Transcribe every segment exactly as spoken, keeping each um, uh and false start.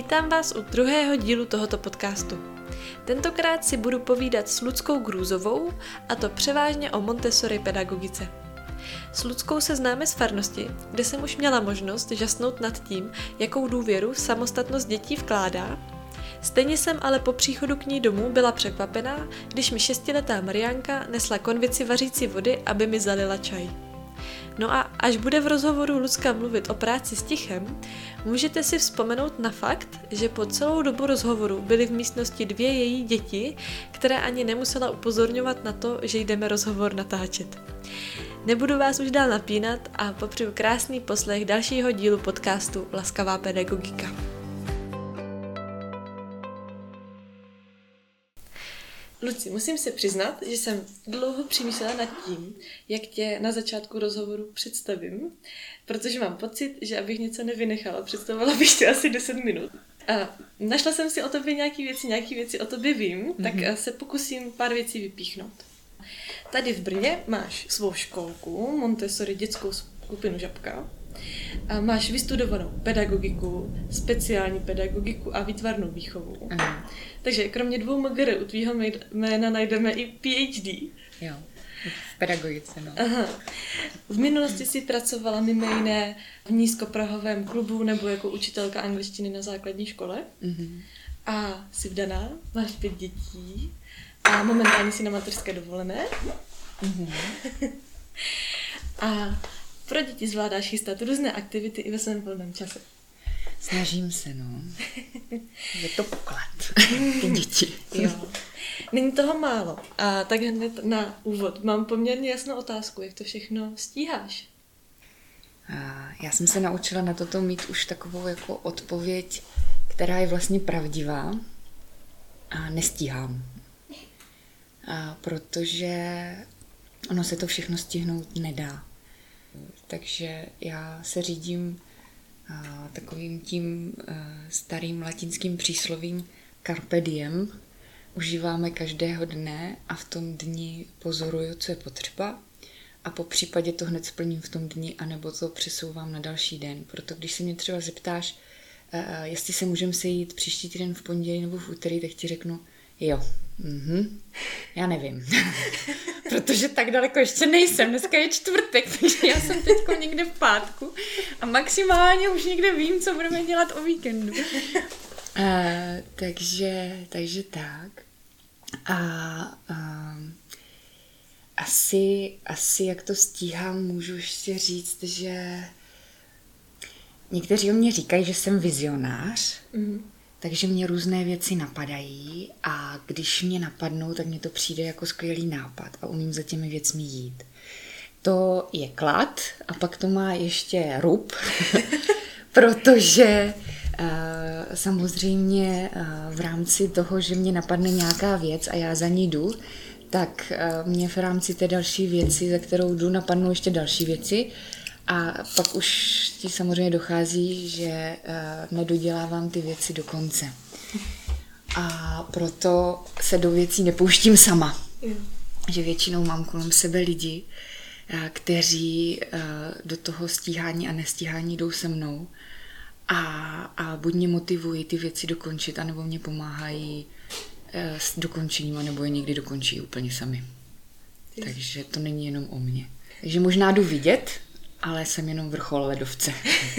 Vítám vás u druhého dílu tohoto podcastu. Tentokrát si budu povídat s Luckou Grůzovou, a to převážně o Montessori pedagogice. S Luckou se známe z farnosti, kde jsem už měla možnost žasnout nad tím, jakou důvěru v samostatnost dětí vkládá. Stejně jsem ale po příchodu k ní domů byla překvapená, když mi šestiletá Mariánka nesla konvici vařící vody, aby mi zalila čaj. No a až bude v rozhovoru Lucka mluvit o práci s tichem, můžete si vzpomenout na fakt, že po celou dobu rozhovoru byly v místnosti dvě její děti, které ani nemusela upozorňovat na to, že jdeme rozhovor natáčet. Nebudu vás už dál napínat a popřeju krásný poslech dalšího dílu podcastu Laskavá pedagogika. Luci, musím se přiznat, že jsem dlouho přemýšlela nad tím, jak tě na začátku rozhovoru představím, protože mám pocit, že abych něco nevynechala, představovala bych tě asi deset minut. A našla jsem si o tobě nějaké věci, nějaké věci o tobě vím, mm-hmm. tak se pokusím pár věcí vypíchnout. Tady v Brně máš svou školku, Montessori dětskou skupinu Žabka, a máš vystudovanou pedagogiku, speciální pedagogiku a výtvarnou výchovu. Aha. Takže kromě dvou M G R u tvýho jména najdeme i P H D. Jo, v pedagogice, no. Aha. V minulosti jsi pracovala mimo jiné v nízkoprahovém klubu nebo jako učitelka angličtiny na základní škole. Mm-hmm. A jsi vdaná, máš pět dětí a momentálně jsi na mateřské dovolené. Mm-hmm. A pro děti zvládáš chystat různé aktivity i ve svém volném čase. Snažím se, no. Je to poklad. Ty děti. Jo. Není toho málo. A tak hned na úvod mám poměrně jasnou otázku, jak to všechno stíháš? A já jsem se naučila na toto mít už takovou jako odpověď, která je vlastně pravdivá a nestíhám. A protože ono se to všechno stihnout nedá. Takže já se řídím a, takovým tím a, starým latinským příslovím carpe diem. Užíváme každého dne a v tom dni pozoruju, co je potřeba, a po případě to hned splním v tom dni, anebo to přesouvám na další den. Proto když se mě třeba zeptáš, a, jestli se můžeme sejít příští týden v pondělí nebo v úterý, tak ti řeknu jo. Mhm. Já nevím. Protože tak daleko ještě nejsem. Dneska je čtvrtek, takže já jsem teďko někde v pátku a maximálně už někde vím, co budeme dělat o víkendu. Uh, takže, takže tak. A uh, asi, asi jak to stíhám, můžu ještě říct, že někteří o mě říkají, že jsem vizionář. Mm. Takže mě různé věci napadají a když mě napadnou, tak mně to přijde jako skvělý nápad a umím za těmi věcmi jít. To je klad a pak to má ještě rub, protože uh, samozřejmě uh, v rámci toho, že mě napadne nějaká věc a já za ní jdu, tak uh, mě v rámci té další věci, za kterou jdu, napadnou ještě další věci. A pak už ti samozřejmě dochází, že uh, nedodělávám ty věci do konce. A proto se do věcí nepouštím sama. Mm. Že většinou mám kolem sebe lidi, uh, kteří uh, do toho stíhání a nestíhání jdou se mnou. A, a buď mě motivují ty věci dokončit, anebo mě pomáhají uh, s dokončením, anebo je někdy dokončí úplně sami. Mm. Takže to není jenom o mně. Takže možná jdu vidět, ale jsem jenom vrchol ledovce.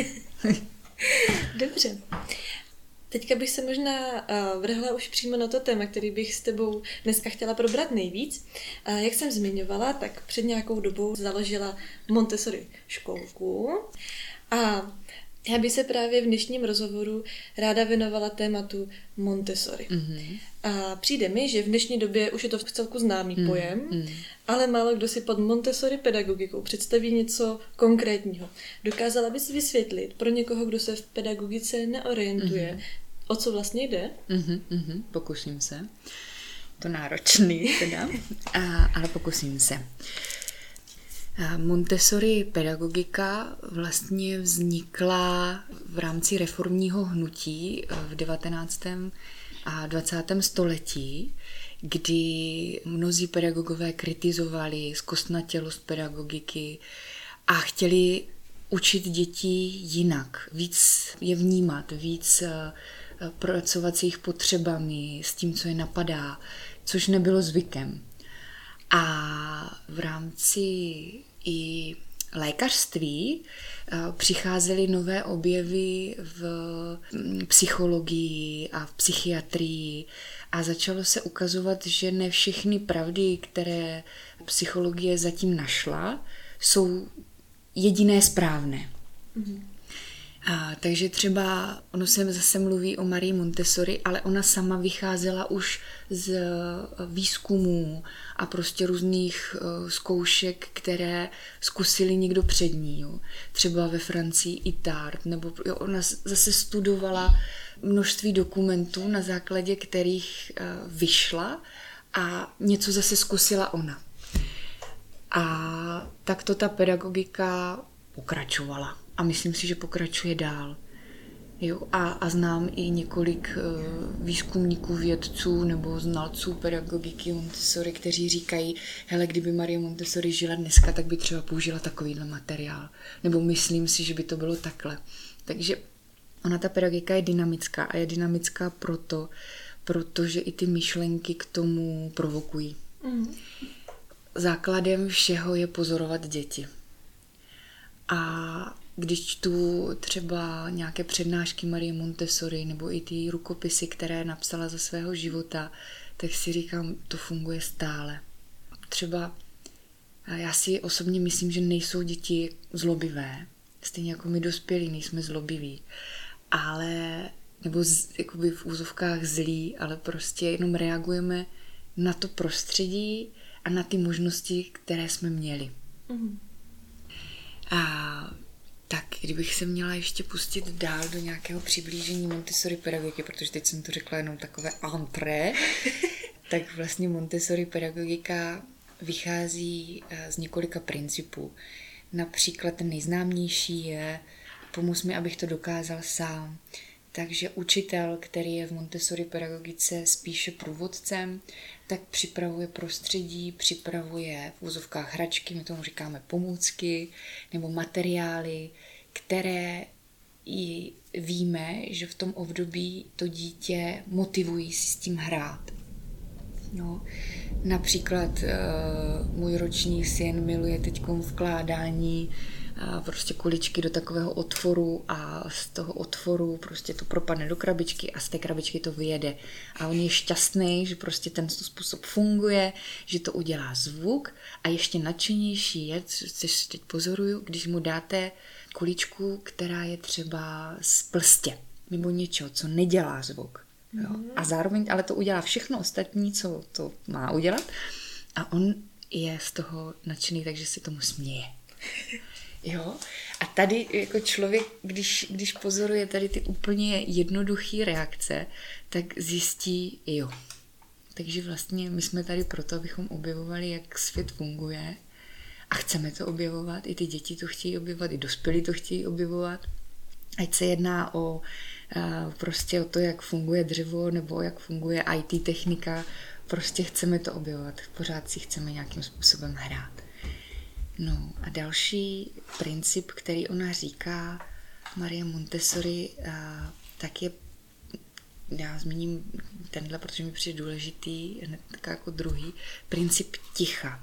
Dobře. Teďka bych se možná vrhla už přímo na to téma, který bych s tebou dneska chtěla probrat nejvíc. Jak jsem zmiňovala, tak před nějakou dobou založila Montessori školku a já bych se právě v dnešním rozhovoru ráda věnovala tématu Montessori. Mm-hmm. A přijde mi, že v dnešní době už je to v celku známý mm-hmm. pojem, mm-hmm. ale málo kdo si pod Montessori pedagogikou představí něco konkrétního. Dokázala bys vysvětlit pro někoho, kdo se v pedagogice neorientuje, mm-hmm. o co vlastně jde? Mm-hmm, mm-hmm, pokusím se. To náročný teda, a, ale pokusím se. Montessori pedagogika vlastně vznikla v rámci reformního hnutí v devatenáctém a dvacátém století, kdy mnozí pedagogové kritizovali zkostnatělost pedagogiky a chtěli učit děti jinak, víc je vnímat, víc pracovat s jejich potřebami, s tím, co je napadá, což nebylo zvykem. A v rámci i lékařství přicházely nové objevy v psychologii a v psychiatrii a začalo se ukazovat, že ne všechny pravdy, které psychologie zatím našla, jsou jediné správné. Mm-hmm. A, takže třeba ono se zase mluví o Marii Montessori, ale ona sama vycházela už z výzkumů a prostě různých uh, zkoušek, které zkusili někdo před ní. Jo. Třeba ve Francii Itard, nebo jo, ona zase studovala množství dokumentů, na základě kterých uh, vyšla a něco zase zkusila ona. A takto ta pedagogika pokračovala. A myslím si, že pokračuje dál. Jo, a, a znám i několik uh, výzkumníků, vědců nebo znalců pedagogiky Montessori, kteří říkají, hele, kdyby Marie Montessori žila dneska, tak by třeba použila takovýhle materiál. Nebo myslím si, že by to bylo takhle. Takže ona, ta pedagogika je dynamická a je dynamická proto, protože i ty myšlenky k tomu provokují. Mm. Základem všeho je pozorovat děti. A když čtu třeba nějaké přednášky Marie Montessori nebo i ty rukopisy, které napsala za svého života, tak si říkám, to funguje stále. Třeba já si osobně myslím, že nejsou děti zlobivé, stejně jako my dospělí nejsme zlobiví, ale, nebo z, jakoby v úzovkách zlí, ale prostě jenom reagujeme na to prostředí a na ty možnosti, které jsme měli. Mm. A tak, kdybych se měla ještě pustit dál do nějakého přiblížení Montessori pedagogiky, protože teď jsem to řekla jenom takové entrée, tak vlastně Montessori pedagogika vychází z několika principů. Například ten nejznámější je pomoz mi, abych to dokázal sám. Takže učitel, který je v Montessori pedagogice spíše průvodcem, tak připravuje prostředí, připravuje v úzovkách hračky, my tomu říkáme pomůcky, nebo materiály, které i víme, že v tom období to dítě motivují si s tím hrát. No, například uh, můj roční syn miluje teďkom vkládání uh, prostě kuličky do takového otvoru a z toho otvoru prostě to propadne do krabičky a z té krabičky to vyjede. A on je šťastný, že prostě ten způsob funguje, že to udělá zvuk a ještě nadšenější je, což teď pozoruju, když mu dáte kuličku, která je třeba z plstě nebo něčeho, co nedělá zvuk. Jo. A zároveň, ale to udělá všechno ostatní, co to má udělat. A on je z toho nadšený, takže se tomu směje. Jo. A tady jako člověk, když, když pozoruje tady ty úplně jednoduché reakce, tak zjistí, jo. Takže vlastně my jsme tady proto, abychom objevovali, jak svět funguje. A chceme to objevovat. I ty děti to chtějí objevovat, i dospělí to chtějí objevovat. Ať se jedná o prostě o to, jak funguje dřevo nebo jak funguje í té technika, prostě chceme to objevovat. Pořád si chceme nějakým způsobem hrát. No a další princip, který ona říká, Marie Montessori, tak je, já zmíním tenhle, protože mi přijde důležitý, hned tak jako druhý, princip ticha.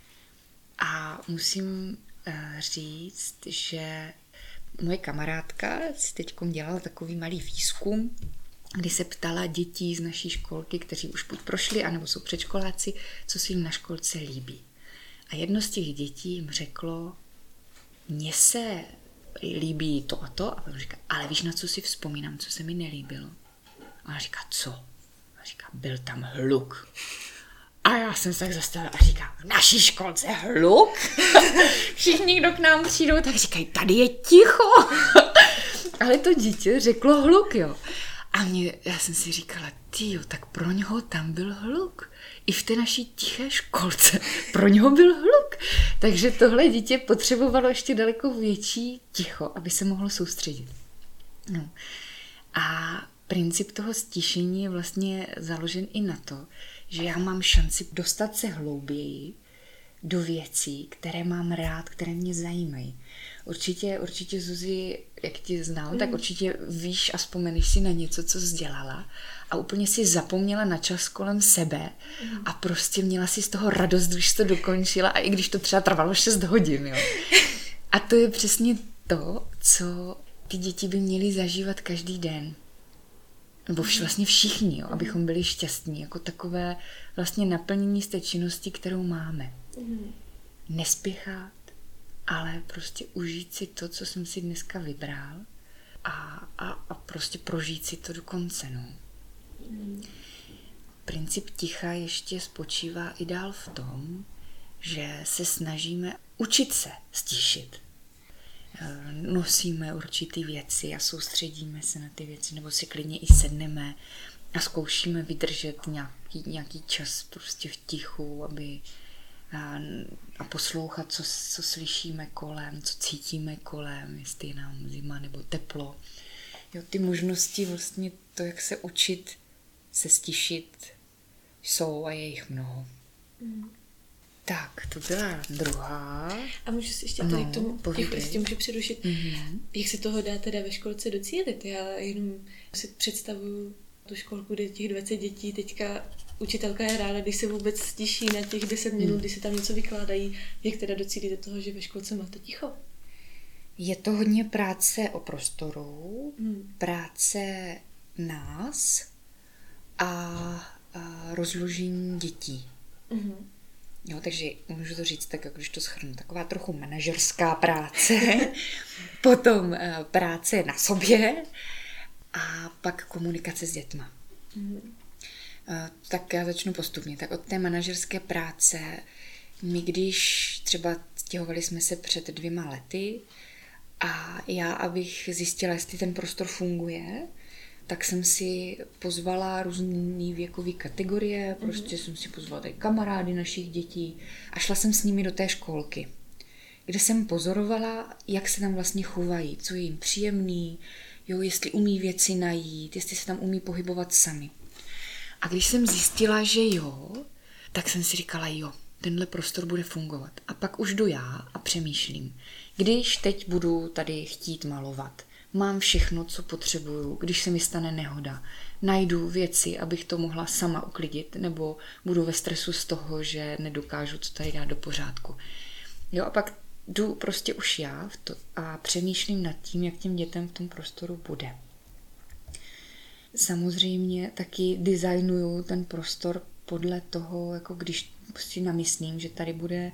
A musím říct, že moje kamarádka si teďkom dělala takový malý výzkum, kdy se ptala dětí z naší školky, kteří už buď prošli, anebo jsou předškoláci, co se jim na školce líbí. A jedno z těch dětí jim řeklo, mně se líbí to a to, a on říká, ale víš, na co si vzpomínám, co se mi nelíbilo? A ona říká, co? A říká, byl tam hluk. A já jsem se tak zastavila a říkám, v naší školce hluk? Všichni, kdo k nám přijdou, tak říkají, tady je ticho. Ale to dítě řeklo hluk, jo. A mě, já jsem si říkala, tyjo, tak pro něho tam byl hluk. I v té naší tiché školce pro něho byl hluk. Takže tohle dítě potřebovalo ještě daleko větší ticho, aby se mohlo soustředit. No. A princip toho stišení je vlastně založen i na to, že já mám šanci dostat se hlouběji do věcí, které mám rád, které mě zajímají. Určitě, určitě Zuzi, jak tě znám, mm. tak určitě víš a vzpomeneš si na něco, co jsi dělala a úplně si zapomněla na čas kolem sebe mm. a prostě měla si z toho radost, když jsi to dokončila a i když to třeba trvalo šest hodin, jo. A to je přesně to, co ty děti by měly zažívat každý den. Nebo vš, vlastně všichni, jo, abychom byli šťastní, jako takové vlastně naplnění z té činnosti, kterou máme. Mm. Nespěchat, ale prostě užít si to, co jsem si dneska vybral a, a, a prostě prožít si to do konce. No. Mm. Princip ticha ještě spočívá i dál v tom, že se snažíme učit se stišit. Nosíme určitý věci a soustředíme se na ty věci, nebo si klidně i sedneme a zkoušíme vydržet nějaký, nějaký čas prostě v tichu, aby a, a poslouchat, co, co slyšíme kolem, co cítíme kolem, jestli je nám zima nebo teplo. Jo, ty možnosti, vlastně to, jak se učit se stišit, jsou a je jich mnoho. Mm. Tak, to byla druhá. A můžu si ještě tady no, k tomu, jak ještě můžu přerušit, mm-hmm. jak se toho dá teda ve školce docílit. Já jenom si představuju tu školku, kde těch dvacet dětí, teďka učitelka je ráda, když se vůbec stiší na těch deset minut, mm. kdy se tam něco vykládají, jak teda docílit toho, že ve školce máte ticho. Je to hodně práce o prostoru, mm. práce nás a, a rozložení dětí. Mm-hmm. Jo, takže můžu to říct tak, když to shrnu, taková trochu manažerská práce, potom uh, práce na sobě a pak komunikace s dětma. Mm. Uh, tak já začnu postupně. Tak od té manažerské práce, my když třeba stěhovali jsme se před dvěma lety a já, abych zjistila, jestli ten prostor funguje, tak jsem si pozvala různý věkový kategorie, prostě mm-hmm. jsem si pozvala tady kamarády našich dětí a šla jsem s nimi do té školky, kde jsem pozorovala, jak se tam vlastně chovají, co je jim příjemný, jo, jestli umí věci najít, jestli se tam umí pohybovat sami. A když jsem zjistila, že jo, tak jsem si říkala, jo, tenhle prostor bude fungovat. A pak už jdu já a přemýšlím, když teď budu tady chtít malovat, mám všechno, co potřebuju, když se mi stane nehoda. Najdu věci, abych to mohla sama uklidit, nebo budu ve stresu z toho, že nedokážu to tady dát do pořádku. Jo, a pak jdu prostě už já v to a přemýšlím nad tím, jak těm dětem v tom prostoru bude. Samozřejmě taky designuju ten prostor podle toho, jako když si namyslím, že tady bude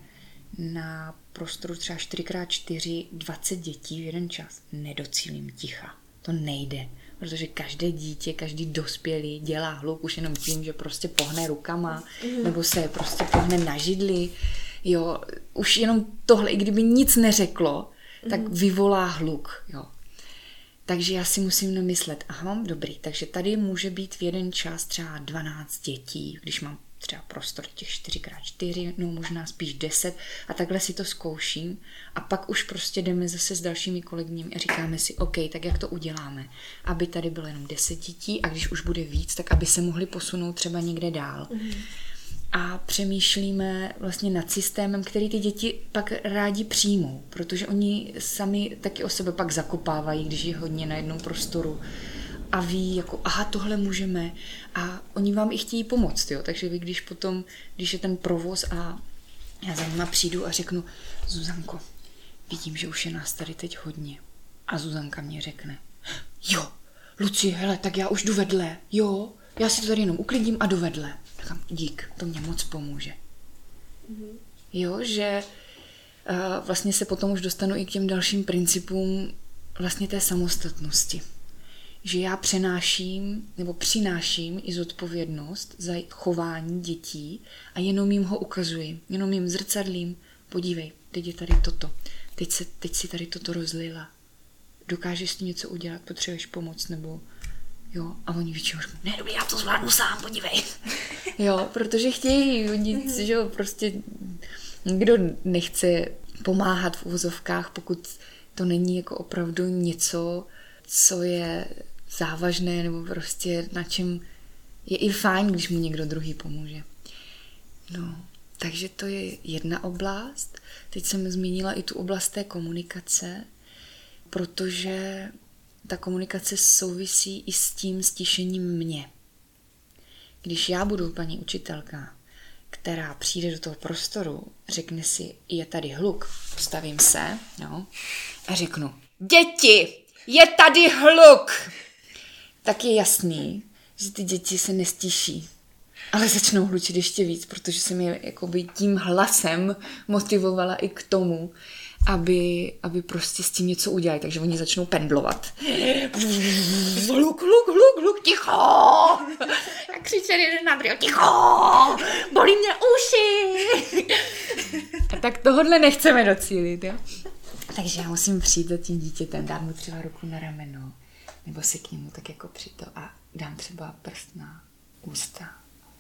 na prostoru třeba čtyři krát čtyři dvacet dětí v jeden čas. Nedocílím ticha. To nejde. Protože každé dítě, každý dospělý dělá hluk už jenom tím, že prostě pohne rukama, mm. nebo se prostě pohne na židli. Jo, už jenom tohle, i kdyby nic neřeklo, tak mm. vyvolá hluk. Jo. Takže já si musím namyslet, aha, dobrý, takže tady může být v jeden čas třeba dvanáct dětí, když mám třeba prostor těch čtyři krát čtyři, no možná spíš deset a takhle si to zkouším a pak už prostě jdeme zase s dalšími kolegyněmi a říkáme si, OK, tak jak to uděláme, aby tady bylo jenom deset dětí a když už bude víc, tak aby se mohli posunout třeba někde dál. Mm. A přemýšlíme vlastně nad systémem, který ty děti pak rádi přijmou, protože oni sami taky o sebe pak zakopávají, když je hodně na jednom prostoru a ví, jako aha, tohle můžeme a oni vám i chtějí pomoct, jo, takže vy když potom, když je ten provoz a já za nima přijdu a řeknu, Zuzanko, vidím, že už je nás tady teď hodně a Zuzanka mě řekne, jo, Luci, hele, tak já už jdu vedle, jo, já si to tady jenom uklidím a jdu vedle. Říkám, dík, to mě moc pomůže. Mm-hmm. Jo, že uh, vlastně se potom už dostanu i k těm dalším principům vlastně té samostatnosti. Že já přenáším nebo přináším i zodpovědnost za chování dětí a jenom jim ho ukazuji. Jenom jim zrcadlím, podívej, teď je tady toto, teď, se, teď si tady toto rozlila. Dokážeš s tím něco udělat, potřebuješ pomoc nebo jo, a oni většinou říkají, ne, dobrý, já to zvládnu sám, podívej. Jo, protože chtějí, oni, mm-hmm. že jo, prostě nikdo nechce pomáhat v uvozovkách, pokud to není jako opravdu něco, co je závažné, nebo prostě na čem je i fajn, když mu někdo druhý pomůže. No, takže to je jedna oblast. Teď jsem zmínila i tu oblast té komunikace, protože ta komunikace souvisí i s tím stišením mě. Když já budu paní učitelka, která přijde do toho prostoru, řekne si, je tady hluk, postavím se, jo, a řeknu, děti, je tady hluk! Tak je jasný, že ty děti se nestíší, ale začnou hlučit ještě víc, protože jsem je jakoby tím hlasem motivovala i k tomu, aby, aby prostě s tím něco udělali. Takže oni začnou pendlovat. Hluk, hluk, hluk, hluk, ticho! A křičeli jeden na druhého, ticho! Bolí mě uši! A tak tohodle nechceme docílit, jo? Takže já musím přijít za tím dítětem, dát mu třeba ruku na rameno, nebo si k němu tak jako přijít a dám třeba prst na ústa.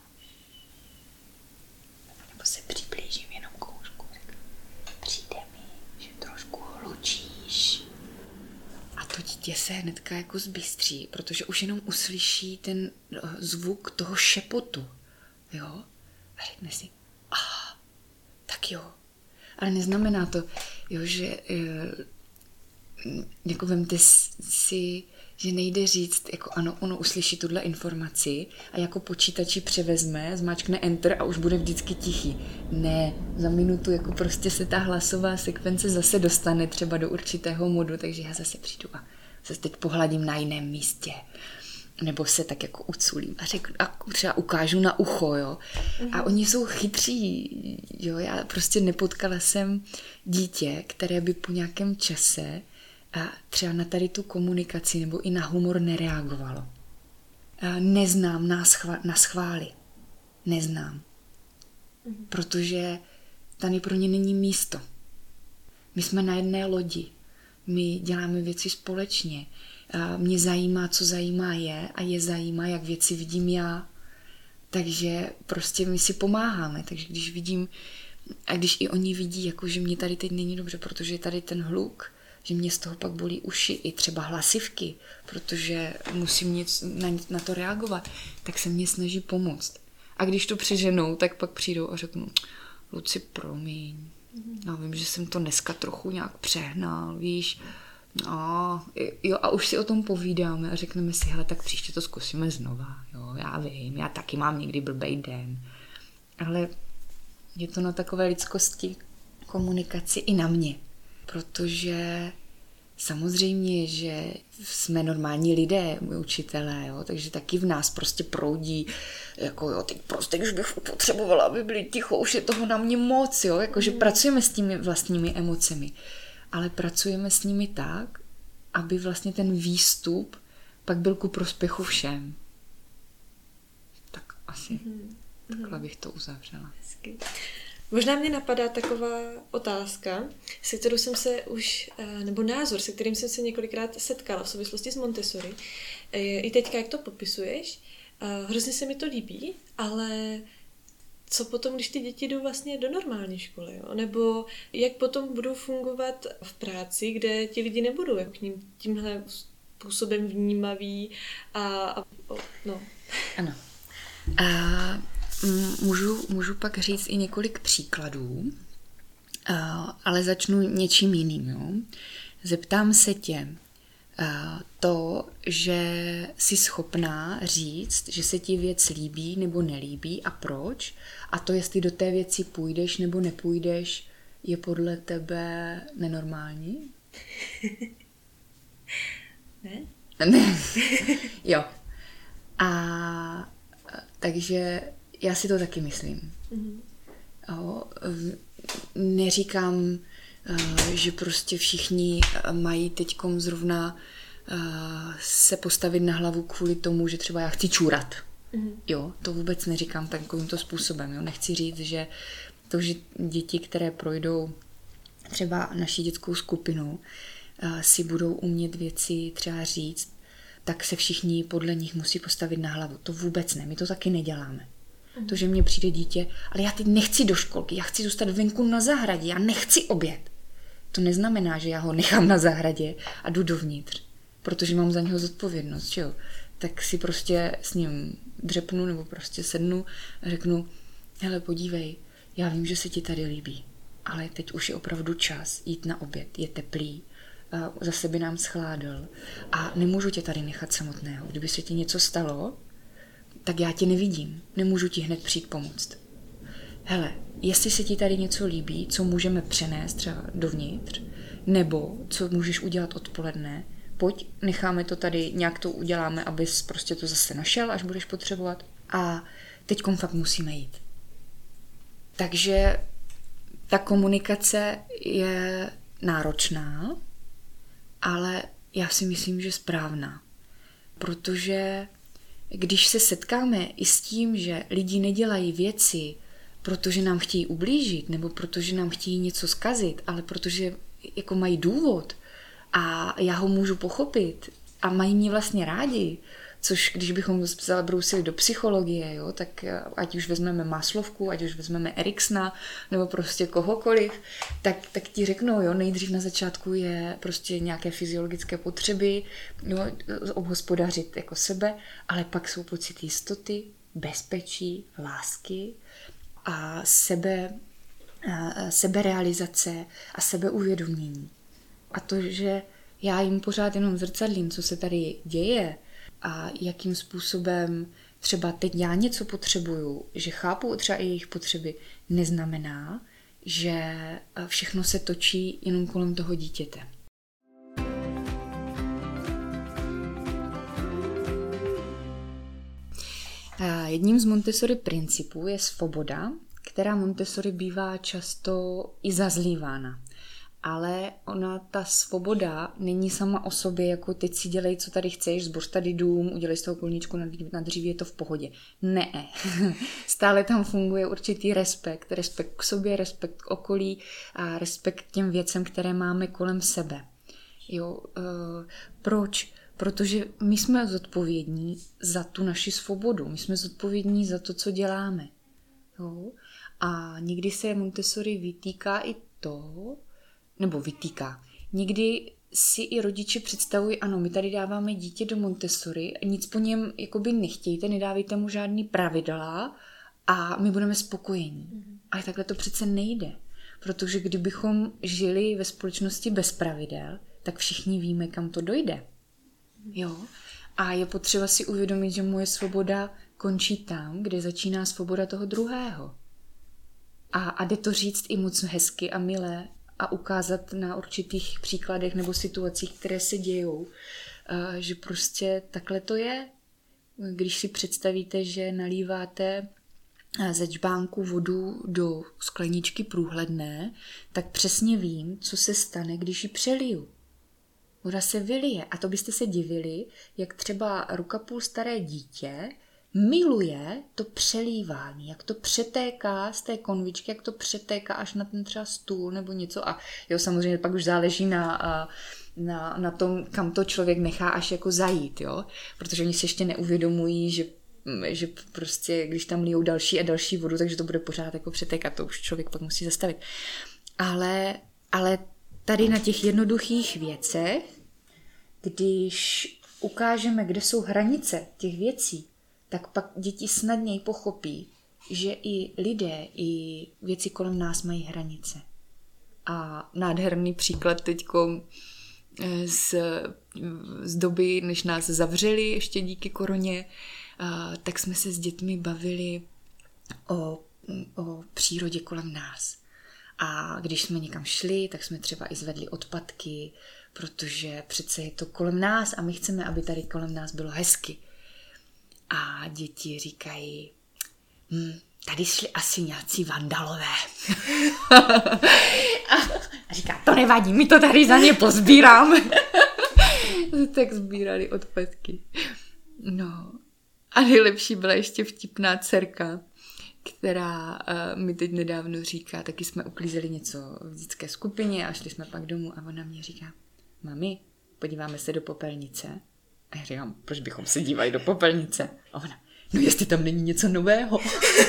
Nebo se přiblížím jenom koušku. Přijde mi, že trošku hlučíš. A to dítě se hnedka jako zbystří, protože už jenom uslyší ten zvuk toho šepotu. Jo? A řekne si, ah, tak jo. Ale neznamená to, jo, že jako vemte si, že nejde říct, jako ano, ono uslyší tuhle informaci a jako počítači převezme, zmáčkne enter a už bude vždycky tichý. Ne, za minutu jako prostě se ta hlasová sekvence zase dostane třeba do určitého modu, takže já zase přijdu a zase teď pohladím na jiném místě. Nebo se tak jako uculím a řeknu, a třeba ukážu na ucho, jo. Mm-hmm. A oni jsou chytří, jo. Já prostě nepotkala jsem dítě, které by po nějakém čase a třeba na tady tu komunikaci nebo i na humor nereagovalo. A neznám na, schvá- na schvály. Neznám. Mm-hmm. Protože tady pro ně není místo. My jsme na jedné lodi. My děláme věci společně. A mě zajímá, co zajímá je a je zajímá, jak věci vidím já. Takže prostě my si pomáháme. Takže když vidím, a když i oni vidí, jako že mě tady teď není dobře, protože je tady ten hluk, že mě z toho pak bolí uši, i třeba hlasivky, protože musím nic, na, na to reagovat, tak se mě snaží pomoct. A když to přeženou, tak pak přijdou a řeknu, Luci, promiň, já vím, že jsem to dneska trochu nějak přehnal, víš, a, jo, a už si o tom povídáme a řekneme si, hele, tak příště to zkusíme znova, jo, já vím, já taky mám někdy blbej den, ale je to na takové lidskosti, komunikaci i na mě, protože samozřejmě, že jsme normální lidé, my učitelé, jo, takže taky v nás prostě proudí, jako jo, teď prostě už bych potřebovala, aby byli ticho, už je toho na mě moc, jo, jakože mm. pracujeme s těmi vlastními emocemi, ale pracujeme s nimi tak, aby vlastně ten výstup pak byl ku prospěchu všem. Tak asi mm. takhle bych to uzavřela. Hezky. Možná mě napadá taková otázka, se kterou jsem se už, nebo názor, se kterým jsem se několikrát setkala v souvislosti s Montessori. I teďka, jak to popisuješ, hrozně se mi to líbí, ale co potom, když ty děti jdou vlastně do normální školy, jo? Nebo jak potom budou fungovat v práci, kde ti lidi nebudou jako k ním tímhle způsobem vnímaví a, a no. Ano. A můžu, můžu pak říct i několik příkladů, ale začnu něčím jiným. Jo? Zeptám se tě, to, že jsi schopná říct, že se ti věc líbí nebo nelíbí a proč, a to, jestli do té věci půjdeš nebo nepůjdeš, je podle tebe nenormální? Ne? Ne. Jo. A takže já si to taky myslím. Mm-hmm. Jo, neříkám, že prostě všichni mají teďkom zrovna se postavit na hlavu kvůli tomu, že třeba já chci čůrat. Mm-hmm. Jo, to vůbec neříkám takovýmto způsobem. Jo. Nechci říct, že to, že děti, které projdou třeba naší dětskou skupinu, si budou umět věci třeba říct, tak se všichni podle nich musí postavit na hlavu. To vůbec ne, my to taky neděláme. Mm. To, že mně přijde dítě, ale já teď nechci do školky, já chci zůstat venku na zahradě, já nechci oběd. To neznamená, že já ho nechám na zahradě a jdu dovnitř, protože mám za něho zodpovědnost, jo. Tak si prostě s ním dřepnu nebo prostě sednu a řeknu, hele, podívej, já vím, že se ti tady líbí, ale teď už je opravdu čas jít na oběd, je teplý, zase by nám schládal a nemůžu tě tady nechat samotného. Kdyby se ti něco stalo, tak já tě nevidím, nemůžu ti hned přijít pomoct. Hele, jestli se ti tady něco líbí, co můžeme přenést třeba dovnitř, nebo co můžeš udělat odpoledne, pojď, necháme to tady, nějak to uděláme, abys prostě to zase našel, až budeš potřebovat. A teďkom fakt musíme jít. Takže ta komunikace je náročná, ale já si myslím, že správná. Protože když se setkáme i s tím, že lidi nedělají věci, protože nám chtějí ublížit, nebo protože nám chtějí něco zkazit, ale protože jako mají důvod a já ho můžu pochopit a mají mě vlastně rádi, což když bychom zabrousili do psychologie, jo, tak ať už vezmeme Maslovku, ať už vezmeme Eriksona, nebo prostě kohokoliv, tak, tak ti řeknou, jo, nejdřív na začátku je prostě nějaké fyziologické potřeby, jo, obhospodařit jako sebe, ale pak jsou pocity jistoty, bezpečí, lásky a sebe, a seberealizace a sebeuvědomění. A to, že já jim pořád jenom zrcadlím, co se tady děje a jakým způsobem třeba teď já něco potřebuju, že chápu třeba i jejich potřeby, neznamená, že všechno se točí jenom kolem toho dítěte. Jedním z Montessori principů je svoboda, která Montessori bývá často i zazlívána. Ale ona, ta svoboda, není sama o sobě, jako teď si dělej, co tady chceš, zboř tady dům, udělej z toho polničku na dříví, je to v pohodě. Ne. Stále tam funguje určitý respekt. Respekt k sobě, respekt k okolí a respekt k těm věcem, které máme kolem sebe. Jo, uh, proč? Protože my jsme zodpovědní za tu naši svobodu. My jsme zodpovědní za to, co děláme. Jo? A někdy se Montessori vytýká i to, nebo vytýká. Někdy si i rodiče představují, ano, my tady dáváme dítě do Montessori, nic po něm jakoby nechtějte, nedávejte mu žádný pravidla a my budeme spokojení. Mm-hmm. Ale takhle to přece nejde. Protože kdybychom žili ve společnosti bez pravidel, tak všichni víme, kam to dojde. Jo? A je potřeba si uvědomit, že moje svoboda končí tam, kde začíná svoboda toho druhého. A, a jde to říct i moc hezky a milé a ukázat na určitých příkladech nebo situacích, které se dějou, že prostě takhle to je. Když si představíte, že nalíváte ze džbánku vodu do skleničky průhledné, tak přesně vím, co se stane, když ji přeliju. Voda se vylije a to byste se divili, jak třeba ruka půl staré dítě miluje to přelívání, jak to přetéká z té konvičky, jak to přetéká až na ten třeba stůl nebo něco a jo, samozřejmě pak už záleží na, na, na tom, kam to člověk nechá až jako zajít, jo, protože oni se ještě neuvědomují, že, že prostě, když tam lijou další a další vodu, takže to bude pořád jako přetékat, to už člověk pak musí zastavit. Ale, ale tady na těch jednoduchých věcech, když ukážeme, kde jsou hranice těch věcí, tak pak děti snadněji pochopí, že i lidé, i věci kolem nás mají hranice. A nádherný příklad teďko z, z doby, než nás zavřeli ještě díky koroně, tak jsme se s dětmi bavili o, o přírodě kolem nás. A když jsme někam šli, tak jsme třeba i zvedli odpadky, protože přece je to kolem nás a my chceme, aby tady kolem nás bylo hezky. A děti říkají, hm, tady šli asi nějací vandalové. A říká, to nevadí, my to tady za ně pozbíráme. Tak sbírali odpadky. No a nejlepší byla ještě vtipná dcerka, která uh, mi teď nedávno říká, taky jsme uklízeli něco v dětské skupině a šli jsme pak domů a ona mě říká, mami, podíváme se do popelnice. A já říkám, proč bychom se dívali do popelnice? A ona, no jestli tam není něco nového.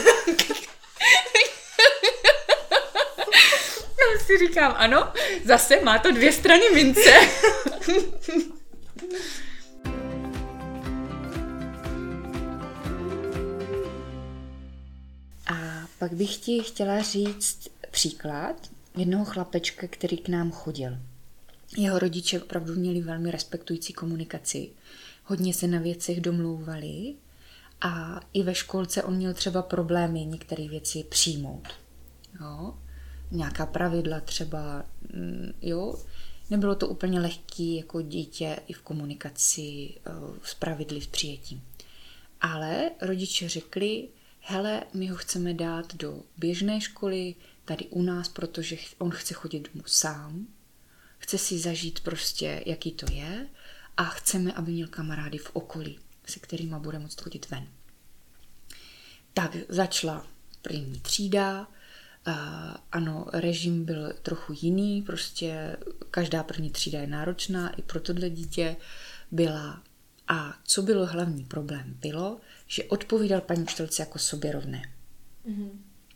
No si říkám, ano, zase má to dvě strany mince. A Pak bych ti chtěla říct příklad jednoho chlapečka, který k nám chodil. Jeho rodiče opravdu měli velmi respektující komunikaci. Hodně se na věcech domlouvali a i ve školce on měl třeba problémy některé věci přijmout. Jo? Nějaká pravidla třeba, jo? Nebylo to úplně lehký jako dítě i v komunikaci s pravidly, s přijetím. Ale rodiče řekli, hele, my ho chceme dát do běžné školy, tady u nás, protože on chce chodit domů sám, chce si zažít prostě, jaký to je a chceme, aby měl kamarády v okolí, se kterýma bude moct chodit ven. Tak začala první třída, uh, ano, režim byl trochu jiný, prostě každá první třída je náročná, i pro tohle dítě byla. A co bylo hlavní problém? Bylo, že odpovídal paní učitelce jako sobě rovné. Mm-hmm.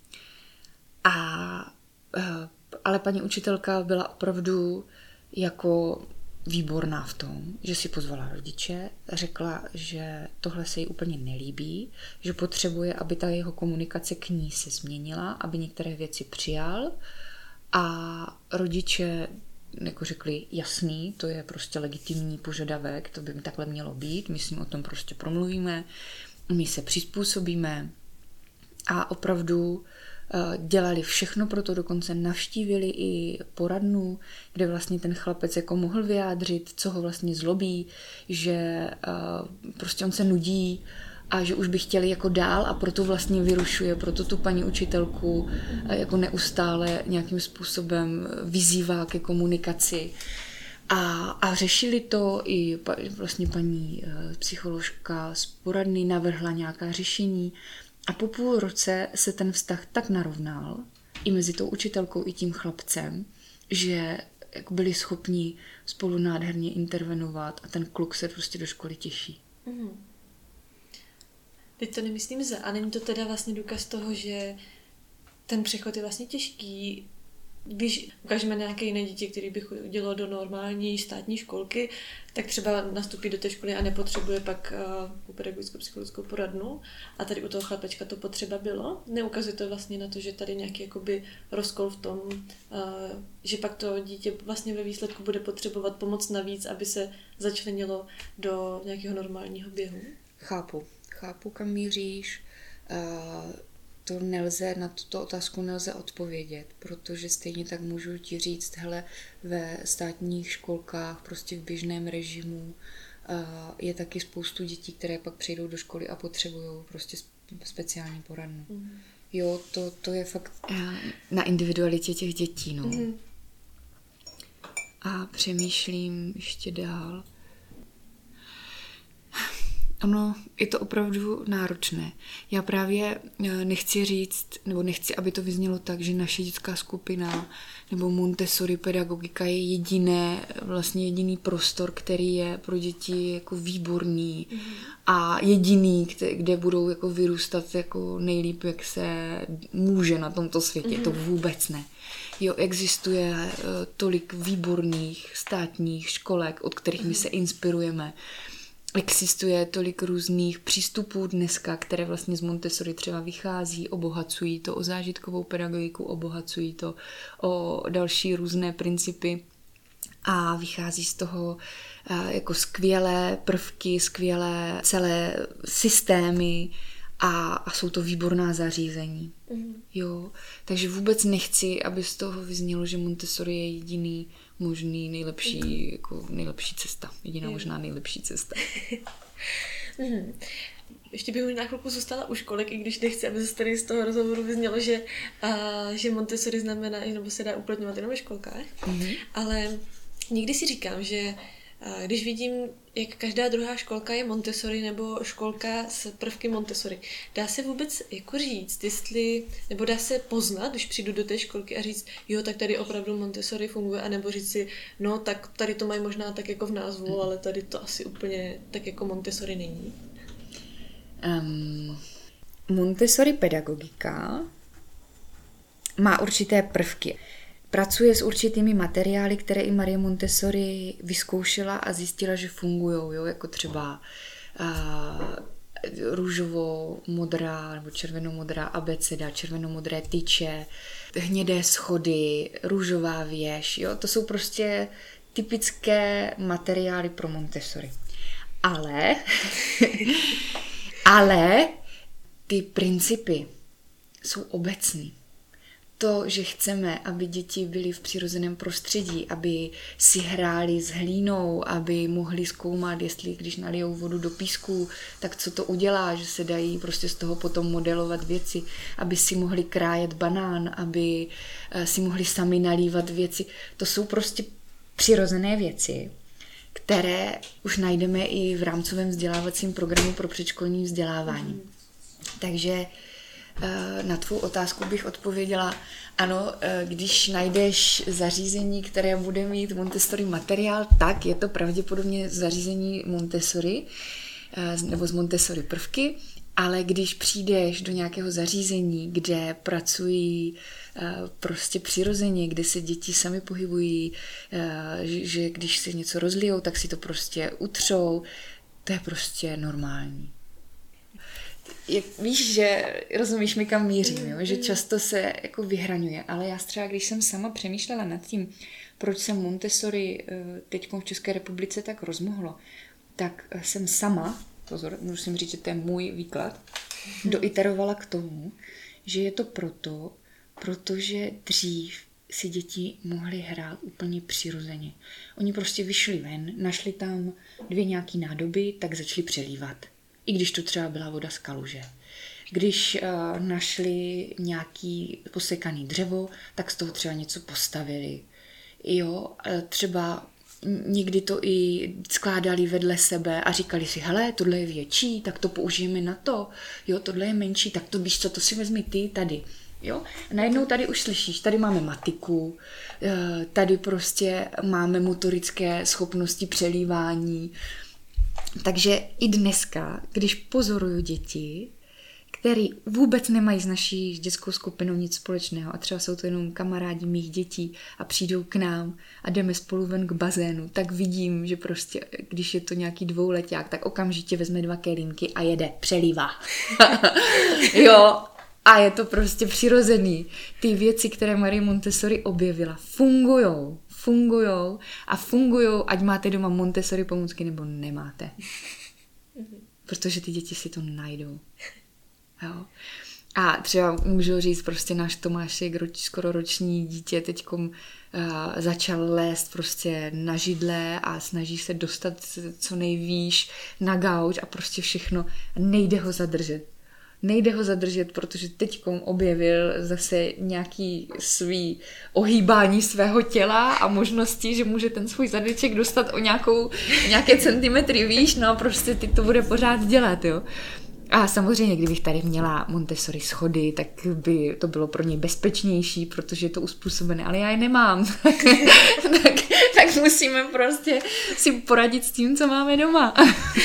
A, ale paní učitelka byla opravdu jako výborná v tom, že si pozvala rodiče, řekla, že tohle se jí úplně nelíbí, že potřebuje, aby ta jeho komunikace k ní se změnila, aby některé věci přijal a rodiče jako řekli, jasný, to je prostě legitimní požadavek, to by takhle mělo být, my s ním o tom prostě promluvíme, my se přizpůsobíme a opravdu dělali všechno pro to, dokonce navštívili i poradnu, kde vlastně ten chlapec jako mohl vyjádřit, co ho vlastně zlobí, že prostě on se nudí a že už by chtěli jako dál a proto vlastně vyrušuje, proto tu paní učitelku jako neustále nějakým způsobem vyzývá ke komunikaci. A, a řešili to i pa, vlastně paní psycholožka z poradny navrhla nějaká řešení a po půl roce se ten vztah tak narovnal i mezi tou učitelkou i tím chlapcem, že jako byli schopni spolu nádherně intervenovat a ten kluk se prostě do školy těší. Mm. Teď to nemyslím za. A není to teda vlastně důkaz toho, že ten přechod je vlastně těžký. Když ukážeme nějaké jiné dítě, které by chodilo do normální státní školky, tak třeba nastupí do té školy a nepotřebuje pak uh, pedagogickou psychologickou poradnu. A tady u toho chlapečka to potřeba bylo. Neukazuje to vlastně na to, že tady nějaký jakoby rozkol v tom, uh, že pak to dítě vlastně ve výsledku bude potřebovat pomoc navíc, aby se začlenilo do nějakého normálního běhu. Chápu. Chápu, kam míříš. To nelze, na tuto otázku nelze odpovědět, protože stejně tak můžu ti říct, hele, ve státních školkách, prostě v běžném režimu je taky spoustu dětí, které pak přijdou do školy a potřebují prostě speciální poradnu. Mm. Jo, to, to je fakt na individualitě těch dětí, no. Mm. A přemýšlím ještě dál. Ono je to opravdu náročné. Já právě nechci říct, nebo nechci, aby to vyznělo tak, že naše dětská skupina nebo Montessori pedagogika je jediné, vlastně jediný prostor, který je pro děti jako výborný mm. a jediný, kde, kde budou jako vyrůstat jako nejlíp, jak se může na tomto světě. Mm. To vůbec ne. Jo, existuje uh, tolik výborných státních školek, od kterých mm. my se inspirujeme. Existuje tolik různých přístupů dneska, které vlastně z Montessori třeba vychází, obohacují to o zážitkovou pedagogiku, obohacují to o další různé principy a vychází z toho jako skvělé prvky, skvělé celé systémy a, a jsou to výborná zařízení. Mm. Jo, takže vůbec nechci, aby z toho vyznělo, že Montessori je jediný možný nejlepší, mm. jako nejlepší cesta. Jediná mm. možná nejlepší cesta. mm. Ještě bych na chvilku zůstala u školek, i když nechci, aby se tady z toho rozhovoru vyznělo, že, a, že Montessori znamená, nebo se dá uplatňovat jenom ve školkách. Mm. Ale někdy si říkám, že když vidím, jak každá druhá školka je Montessori nebo školka s prvky Montessori, dá se vůbec jako říct, jestli, nebo dá se poznat, když přijdu do té školky a říct, jo, tak tady opravdu Montessori funguje, anebo říct si, no, tak tady to mají možná tak jako v názvu, ale tady to asi úplně tak jako Montessori není. Um, Montessori pedagogika má určité prvky. Pracuje s určitými materiály, které i Marie Montessori vyzkoušela a zjistila, že fungují, jo? Jako třeba uh, růžovo-modrá nebo červeno-modrá abeceda, červeno-modré tyče, hnědé schody, růžová věž. Jo? To jsou prostě typické materiály pro Montessori. Ale, ale ty principy jsou obecný. To, že chceme, aby děti byly v přirozeném prostředí, aby si hráli s hlínou, aby mohli zkoumat, jestli když nalijou vodu do písku, tak co to udělá, že se dají prostě z toho potom modelovat věci, aby si mohli krájet banán, aby si mohli sami nalívat věci. To jsou prostě přirozené věci, které už najdeme i v rámcovém vzdělávacím programu pro předškolní vzdělávání. Takže na tvou otázku bych odpověděla, ano, když najdeš zařízení, které bude mít Montessori materiál, tak je to pravděpodobně zařízení Montessori nebo z Montessori prvky, ale když přijdeš do nějakého zařízení, kde pracují prostě přirozeně, kde se děti sami pohybují, že když si něco rozlijou, tak si to prostě utřou, to je prostě normální. Jak, víš, že rozumíš mi, kam mířím, jo? Že často se jako vyhraňuje, ale já třeba, když jsem sama přemýšlela nad tím, proč se Montessori teď v České republice tak rozmohlo, tak jsem sama, pozor, musím říct, že to je můj výklad, doiterovala k tomu, že je to proto, protože dřív si děti mohly hrát úplně přirozeně. Oni prostě vyšli ven, našli tam dvě nějaký nádoby, tak začali přelívat. I když to třeba byla voda z kaluže. Když uh, našli nějaký posekaný dřevo, tak z toho třeba něco postavili. Jo, třeba někdy to i skládali vedle sebe a říkali si, hele, tohle je větší, tak to použijeme na to. Jo, tohle je menší, tak to víš co, to si vezmi ty tady. Jo? A najednou tady už slyšíš, tady máme matiku, tady prostě máme motorické schopnosti přelívání. Takže i dneska, když pozoruju děti, který vůbec nemají s naší dětskou skupinou nic společného a třeba jsou to jenom kamarádi mých dětí a přijdou k nám a jdeme spolu ven k bazénu, tak vidím, že prostě, když je to nějaký dvouleták, tak okamžitě vezme dva kelímky a jede, přelívá. Jo, a je to prostě přirozený. Ty věci, které Marie Montessori objevila, fungujou. Fungujou a fungujou, ať máte doma Montessori pomůcky nebo nemáte. Protože ty děti si to najdou. Jo. A třeba můžu říct, prostě náš Tomášek, roč, skoro roční dítě, teďkom uh, začal lézt prostě na židle a snaží se dostat co nejvýš na gauč a prostě všechno. Nejde ho zadržet. Nejde ho zadržet, protože teďkom objevil zase nějaký svý ohýbání svého těla a možnosti, že může ten svůj zadeček dostat o nějakou, nějaké centimetry výš, no a prostě teď to bude pořád dělat, jo. A samozřejmě, kdybych tady měla Montessori schody, tak by to bylo pro něj bezpečnější, protože je to uspůsobené, ale já je nemám. tak, tak musíme prostě si poradit s tím, co máme doma.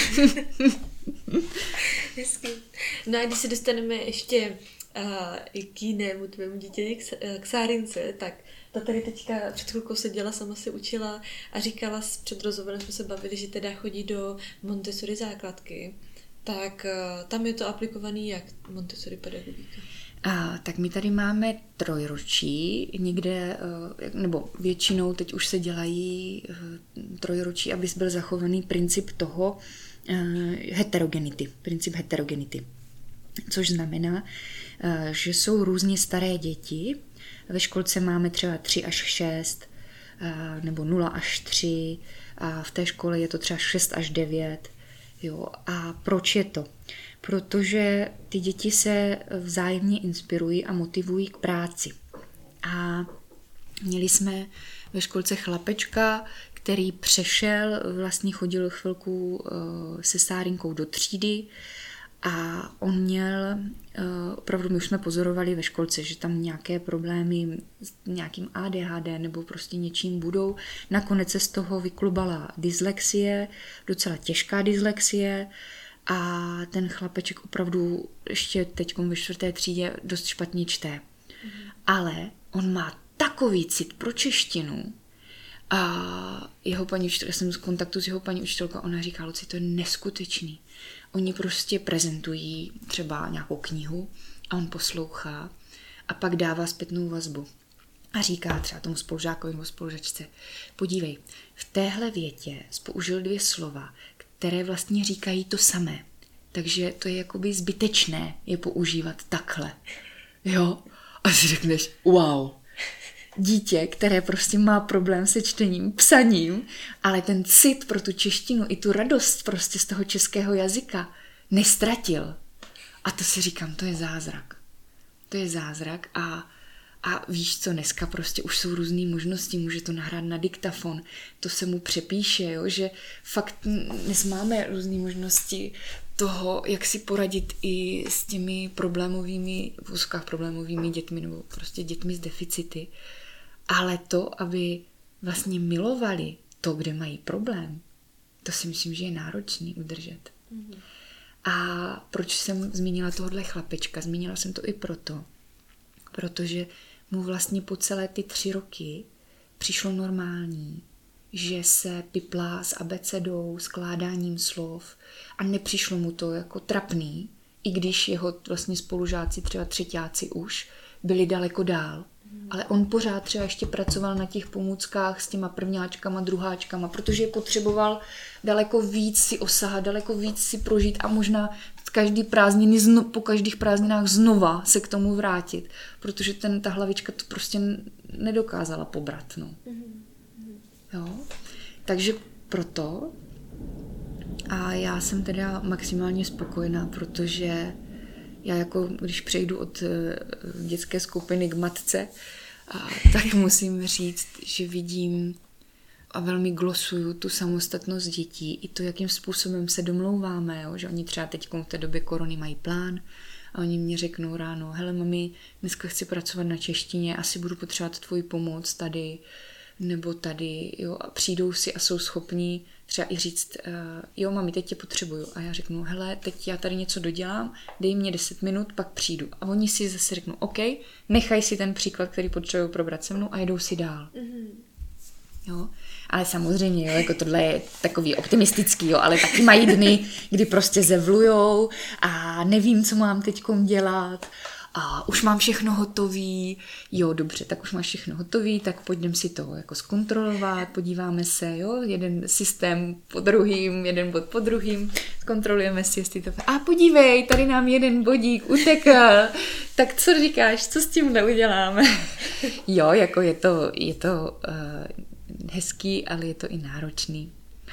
Hezky. No a když se dostaneme ještě uh, k jinému tvému dítěti, k, k Sárince, tak ta tady teďka před chvilkou seděla, sama se učila a říkala, před rozhovorem jsme se bavili, že teda chodí do Montessori základky. Tak uh, tam je to aplikovaný jak Montessori pedagogika? A, tak my tady máme trojročí, někde, nebo většinou teď už se dělají trojročí, aby byl zachovaný princip toho heterogenity, princip heterogenity. Což znamená, že jsou různě staré děti. Ve školce máme třeba tři až šest, nebo nula až tři, a v té škole je to třeba šest až devět. Jo, a proč je to? Protože ty děti se vzájemně inspirují a motivují k práci. A měli jsme ve školce chlapečka, který přešel, vlastně chodil chvilku se Sárinkou do třídy a on měl, opravdu my už jsme pozorovali ve školce, že tam nějaké problémy s nějakým A D H D nebo prostě něčím budou. Nakonec se z toho vyklubala dyslexie, docela těžká dyslexie, a ten chlapeček opravdu ještě teďkom ve čtvrté třídě dost špatně čte. Mm. Ale on má takový cit pro češtinu A jeho paní učitelka, já jsem z kontaktu s jeho paní učitelkou, ona říká, Luci, to je neskutečný. Oni prostě prezentují třeba nějakou knihu a on poslouchá a pak dává zpětnou vazbu. A říká třeba tomu spolužákovi nebo spolužačce, podívej, v téhle větě použil dvě slova, které vlastně říkají to samé. Takže to je jakoby zbytečné je používat takhle. Jo? A si řekneš, wow. Dítě, které prostě má problém se čtením, psaním, ale ten cit pro tu češtinu i tu radost prostě z toho českého jazyka nestratil. A to si říkám, to je zázrak. To je zázrak a, a víš co, dneska prostě už jsou různé možnosti, může to nahrát na diktafon, to se mu přepíše, jo? Že fakt dnes máme různé možnosti toho, jak si poradit i s těmi problémovými, v úzkách problémovými dětmi nebo prostě dětmi s deficity. Ale to, aby vlastně milovali to, kde mají problém, to si myslím, že je náročný udržet. Mm-hmm. A proč jsem zmínila tohohle chlapečka? Zmínila jsem to i proto, protože mu vlastně po celé ty tři roky přišlo normální, že se piplá s abecedou, skládáním slov a nepřišlo mu to jako trapný, i když jeho vlastně spolužáci, třeba třeťáci už, byli daleko dál. Ale on pořád třeba ještě pracoval na těch pomůckách s těma prvňáčkama, druháčkama, protože potřeboval daleko víc si osahat, daleko víc si prožít a možná každý prázdniny, zno, po každých prázdninách znova se k tomu vrátit, protože ten, ta hlavička to prostě nedokázala pobrat. No. Jo? Takže proto a já jsem teda maximálně spokojená, protože já jako, když přejdu od dětské skupiny k matce, a tak musím říct, že vidím a velmi glosuju tu samostatnost dětí i to, jakým způsobem se domlouváme, jo? Že oni třeba teď v té době korony mají plán a oni mě řeknou ráno, hele mami, dneska chci pracovat na češtině, asi budu potřebovat tvoji pomoc tady nebo tady, jo, a přijdou si a jsou schopní třeba i říct, uh, jo mami, teď tě potřebuju. A já řeknu, hele, teď já tady něco dodělám, dej mě deset minut, pak přijdu. A oni si zase řeknou, OK, nechaj si ten příklad, který potřebuju probrat se mnou a jedou si dál. Mm-hmm. Jo? Ale samozřejmě, jo, jako tohle je takový optimistický, jo, ale taky mají dny, kdy prostě zevlujou a nevím, co mám teďkom dělat a už mám všechno hotový, jo, dobře, tak už máš všechno hotový, tak pojďme si to jako zkontrolovat, podíváme se, jo, jeden systém po druhým, jeden bod po druhým, zkontrolujeme si, jestli to... A podívej, tady nám jeden bodík utekl, tak co říkáš, co s tím neuděláme? Jo, jako je to, je to uh, hezký, ale je to i náročný.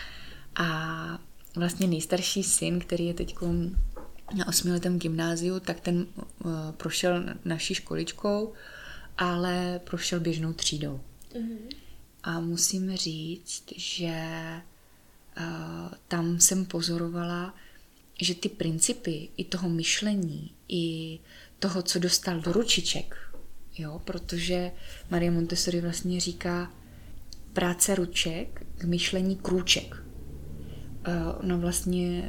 A vlastně nejstarší syn, který je teďko na osmiletém gymnáziu, tak ten uh, prošel naší školičkou, ale prošel běžnou třídou. Mm-hmm. A musím říct, že uh, tam jsem pozorovala, že ty principy i toho myšlení, i toho, co dostal do ručiček, jo, protože Marie Montessori vlastně říká práce ruček k myšlení krůček. Uh, ona vlastně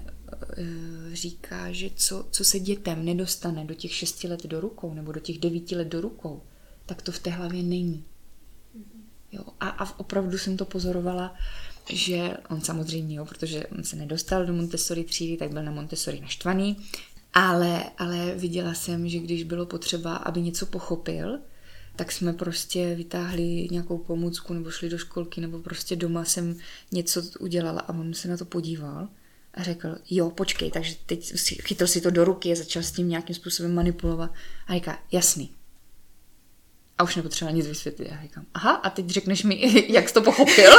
říká, že co, co se dětem nedostane do těch šesti let do rukou nebo do těch devíti let do rukou, tak to v té hlavě není. Jo, a, a opravdu jsem to pozorovala, že on samozřejmě, jo, protože on se nedostal do Montessori třídy, tak byl na Montessori naštvaný, ale, ale viděla jsem, že když bylo potřeba, aby něco pochopil, tak jsme prostě vytáhli nějakou pomůcku nebo šli do školky nebo prostě doma jsem něco udělala a on se na to podíval a řekl, jo, počkej, takže teď chytil si to do ruky a začal s tím nějakým způsobem manipulovat. A říká, jasný. A už nepotřeboval nic vysvětlit. A říkám, aha, a teď řekneš mi, jak jsi to pochopil?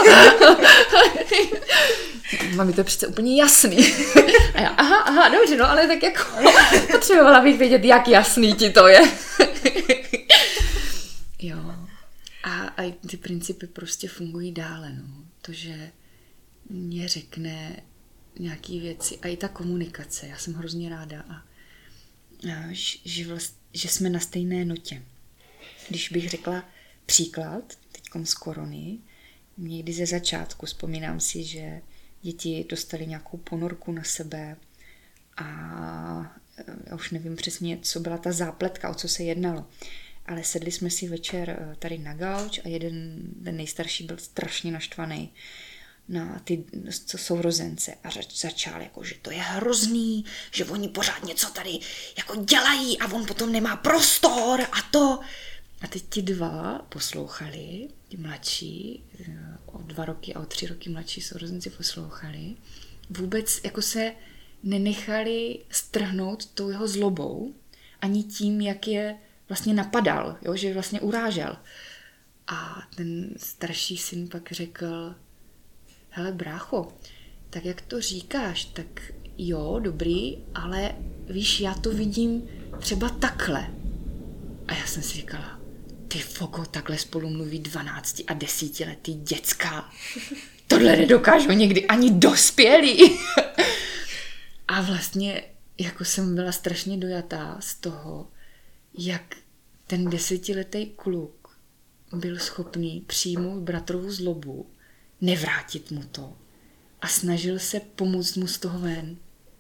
Mami, to je přece úplně jasný. A já, aha, aha, dobře, no, ale tak jako potřebovala bych vědět, jak jasný ti to je. Jo. A, a ty principy prostě fungují dále, no. To, že mě řekne nějaký věci a i ta komunikace. Já jsem hrozně ráda, a, a, že, vlast, že jsme na stejné notě. Když bych řekla příklad, teďkom z korony, někdy ze začátku vzpomínám si, že děti dostali nějakou ponorku na sebe a já už nevím přesně, co byla ta zápletka, o co se jednalo. ale sedli jsme si večer tady na gauč a jeden, ten nejstarší, byl strašně naštvaný na ty sourozence a začal, jako, že to je hrozný, že oni pořád něco tady jako dělají a on potom nemá prostor a to. A teď ti dva poslouchali, ti mladší, o dva roky a o tři roky mladší sourozenci poslouchali. Vůbec jako se nenechali strhnout tou jeho zlobou, ani tím, jak je vlastně napadal, jo, že vlastně urážel. A ten starší syn pak řekl, hele brácho, tak jak to říkáš, tak jo, dobrý, ale víš, já to vidím třeba takhle. A já jsem si říkala, ty fogo, takhle spolu mluví dvanácti a desítiletý děcka. Tohle nedokážou někdy ani dospělí. A vlastně jako jsem byla strašně dojatá z toho, jak ten desetiletý kluk byl schopný přijmout bratrovu zlobu, nevrátit mu to a snažil se pomoct mu z toho ven.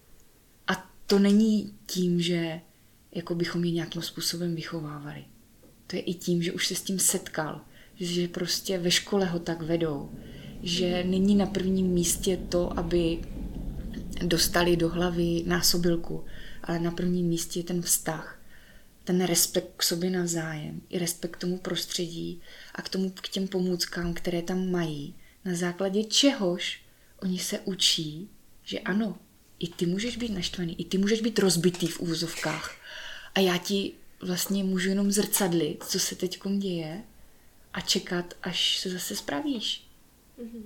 A to není tím, že jako bychom ji nějakým způsobem vychovávali. To je i tím, že už se s tím setkal, že prostě ve škole ho tak vedou, že není na prvním místě to, aby dostali do hlavy násobilku, ale na prvním místě je ten vztah, ten respekt k sobě navzájem, i respekt k tomu prostředí a k tomu, k těm pomůckám, které tam mají, na základě čehož oni se učí, že ano, i ty můžeš být naštvaný, i ty můžeš být rozbitý v úvozovkách a já ti vlastně můžu jenom zrcadlit, co se teďkom děje a čekat, až se zase spravíš. Mm-hmm.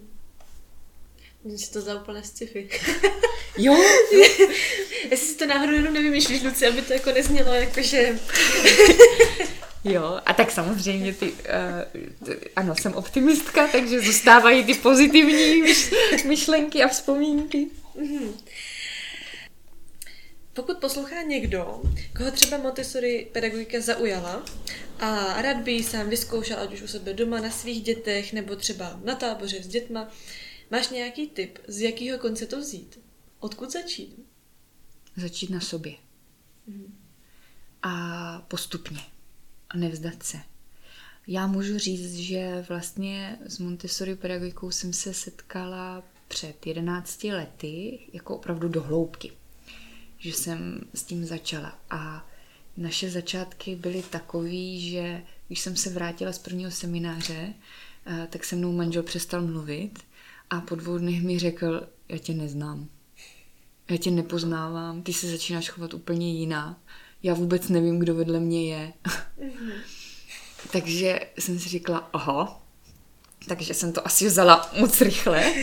Mně si to zdá úplně sci-fi. Jo? Jestli si to náhodou jenom nevymýšlíš, Luci, aby to jako neznělo, jakože... Jo, a tak samozřejmě ty, uh, ano, jsem optimistka, takže zůstávají ty pozitivní myš- myšlenky a vzpomínky. Mm-hmm. Pokud poslouchá někdo, koho třeba Montessori pedagogika zaujala a rád by ji sám vyzkoušel, ať už u sebe doma na svých dětech nebo třeba na táboře s dětma, máš nějaký tip, z jakého konce to vzít? Odkud začít? Začít na sobě. Mm. A postupně. A nevzdat se. Já můžu říct, že vlastně s Montessori pedagogikou jsem se setkala před jedenácti lety, jako opravdu do hloubky. Že jsem s tím začala. A naše začátky byly takový, že když jsem se vrátila z prvního semináře, tak se mnou manžel přestal mluvit a po dvou dnech mi řekl, já tě neznám. Já tě nepoznávám, ty se začínáš chovat úplně jiná. Já vůbec nevím, kdo vedle mě je. Mm-hmm. Takže jsem si říkala, aha, takže jsem to asi vzala moc rychle.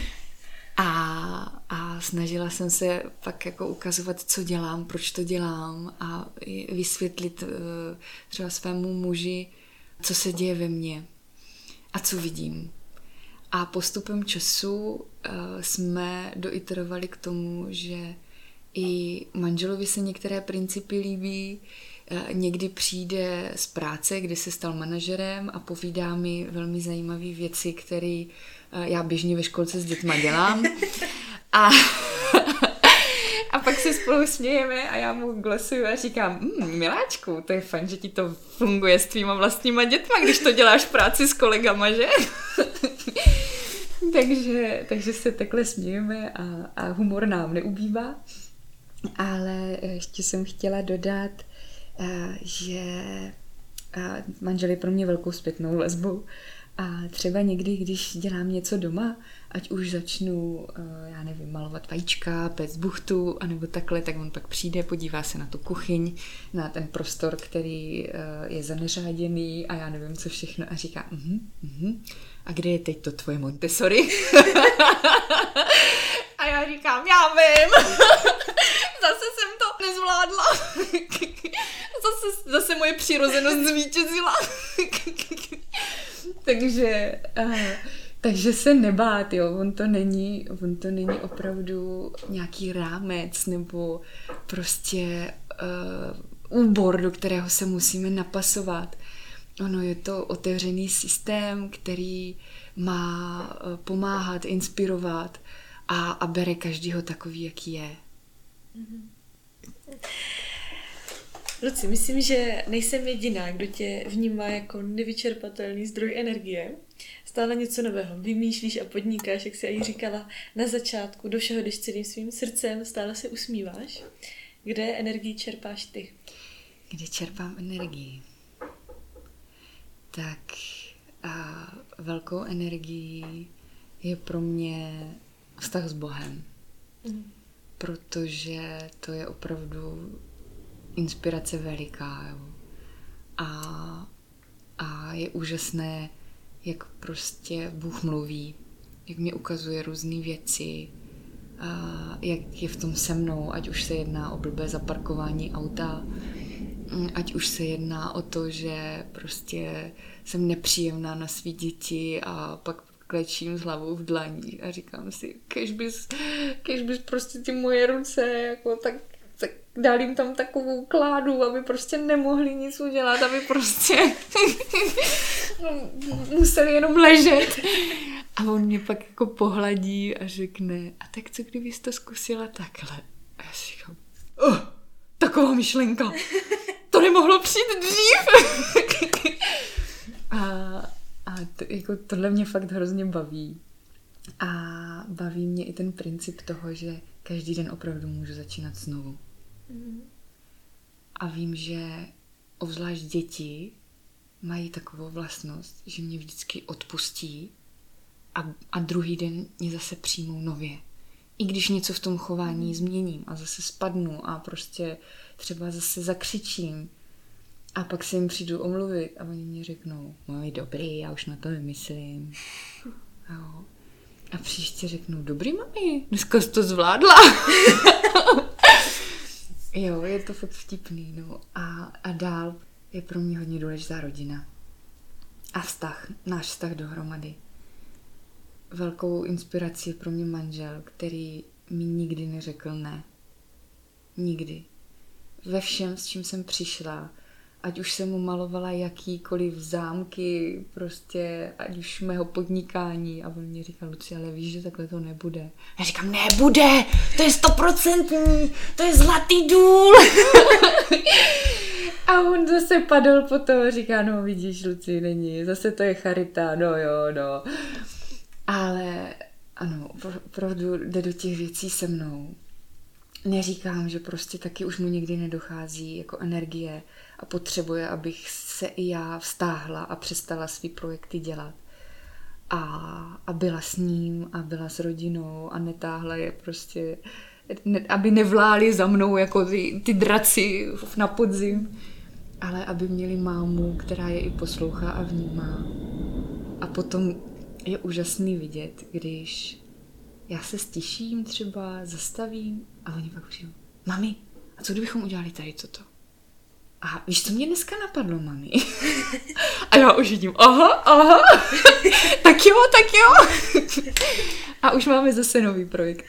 A, a snažila jsem se pak jako ukazovat, co dělám, proč to dělám a vysvětlit třeba svému muži, co se děje ve mně a co vidím. A postupem času uh, jsme doiterovali k tomu, že i manželovi se některé principy líbí, uh, někdy přijde z práce, kdy se stal manažerem a povídá mi velmi zajímavé věci, které uh, já běžně ve školce s dětma dělám. A, a pak se spolu smějeme a já mu glosuju a říkám, mmm, miláčku, to je fajn, že ti to funguje s tvýma vlastníma dětma, když to děláš práci s kolegama, že? takže, takže se takhle smějeme a, a humor nám neubývá. Ale ještě jsem chtěla dodat, že manžel je pro mě velkou zpětnou vazbou. A třeba někdy, když dělám něco doma, ať už začnu, já nevím, malovat vajíčka, péct buchtu, anebo takhle, tak on pak přijde, podívá se na tu kuchyň, na ten prostor, který je zaneřáděný a já nevím, co všechno a říká, uh-huh, uh-huh. A kde je teď to tvoje Montessori? A já říkám, já vím, zase jsem to nezvládla. Zase, zase moje přirozenost zvítězila. takže, uh, takže se nebát, jo. On to není, on to není opravdu nějaký rámec nebo prostě uh, úbor, do kterého se musíme napasovat. Ono je to otevřený systém, který má pomáhat, inspirovat a, a bere každýho takový, jaký je. Luci, myslím, že nejsem jediná, kdo tě vnímá jako nevyčerpatelný zdroj energie. Stále něco nového vymýšlíš a podnikáš, jak jsi i říkala na začátku, do všeho jdeš celým svým srdcem, stále se usmíváš. Kde energii čerpáš ty? Kde čerpám energii? Tak a velkou energií je pro mě vztah s Bohem. Mm. Protože to je opravdu inspirace veliká. Jo. A, a je úžasné, jak prostě Bůh mluví, jak mě ukazuje různé věci, a jak je v tom se mnou, ať už se jedná o blbé zaparkování auta, ať už se jedná o to, že prostě jsem nepříjemná na svý děti a pak klečím s hlavou v dlaní a říkám si, kež bys, kež bys prostě ty moje ruce, jako tak, tak dal jim tam takovou kládu, aby prostě nemohli nic udělat, aby prostě museli jenom ležet. A on mě pak jako pohladí a řekne, a tak co kdybys to zkusila takhle? A já si říkám, oh, taková myšlenka, to nemohlo přijít dřív. a A to, jako tohle mě fakt hrozně baví. A baví mě i ten princip toho, že každý den opravdu můžu začínat znovu. Mm. A vím, že obzvlášť děti mají takovou vlastnost, že mě vždycky odpustí a, a druhý den mě zase přijmou nově. I když něco v tom chování změním a zase spadnu a prostě třeba zase zakřičím, a pak se jim přijdu omluvit a oni mě řeknou, mami, dobrý, já už na to nemyslím. Jo. A příště řeknou, dobrý, mami, dneska jsi to zvládla. Jo, je to fakt vtipný. No. A, a dál je pro mě hodně důležitá rodina. A vztah, náš vztah dohromady. Velkou inspirací je pro mě manžel, který mi nikdy neřekl ne. Nikdy. Ve všem, s čím jsem přišla, ať už jsem mu malovala jakýkoliv zámky, prostě, ať už mého podnikání. A on mě říkal, Luci, ale víš, že takhle to nebude. Já říkám, nebude, to je stoprocentní, to je zlatý důl. A on zase padl po toho a říká, no vidíš, Luci, není, zase to je charita, no jo, no. Ale ano, opravdu jde do těch věcí se mnou. Neříkám, že prostě taky už mu někdy nedochází jako energie a potřebuje, abych se i já vztáhla a přestala svý projekty dělat. A, a byla s ním a byla s rodinou a netáhla je prostě, ne, aby nevláli za mnou jako ty, ty draci na podzim, ale aby měli mámu, která je i poslouchá a vnímá. A potom je úžasný vidět, když já se stiším třeba, zastavím a oni pak přijdou, mami, a co kdybychom udělali tady toto? A víš, co mě dneska napadlo, mami? A já už vidím, aha, aha, tak jo, tak jo. A už máme zase nový projekty.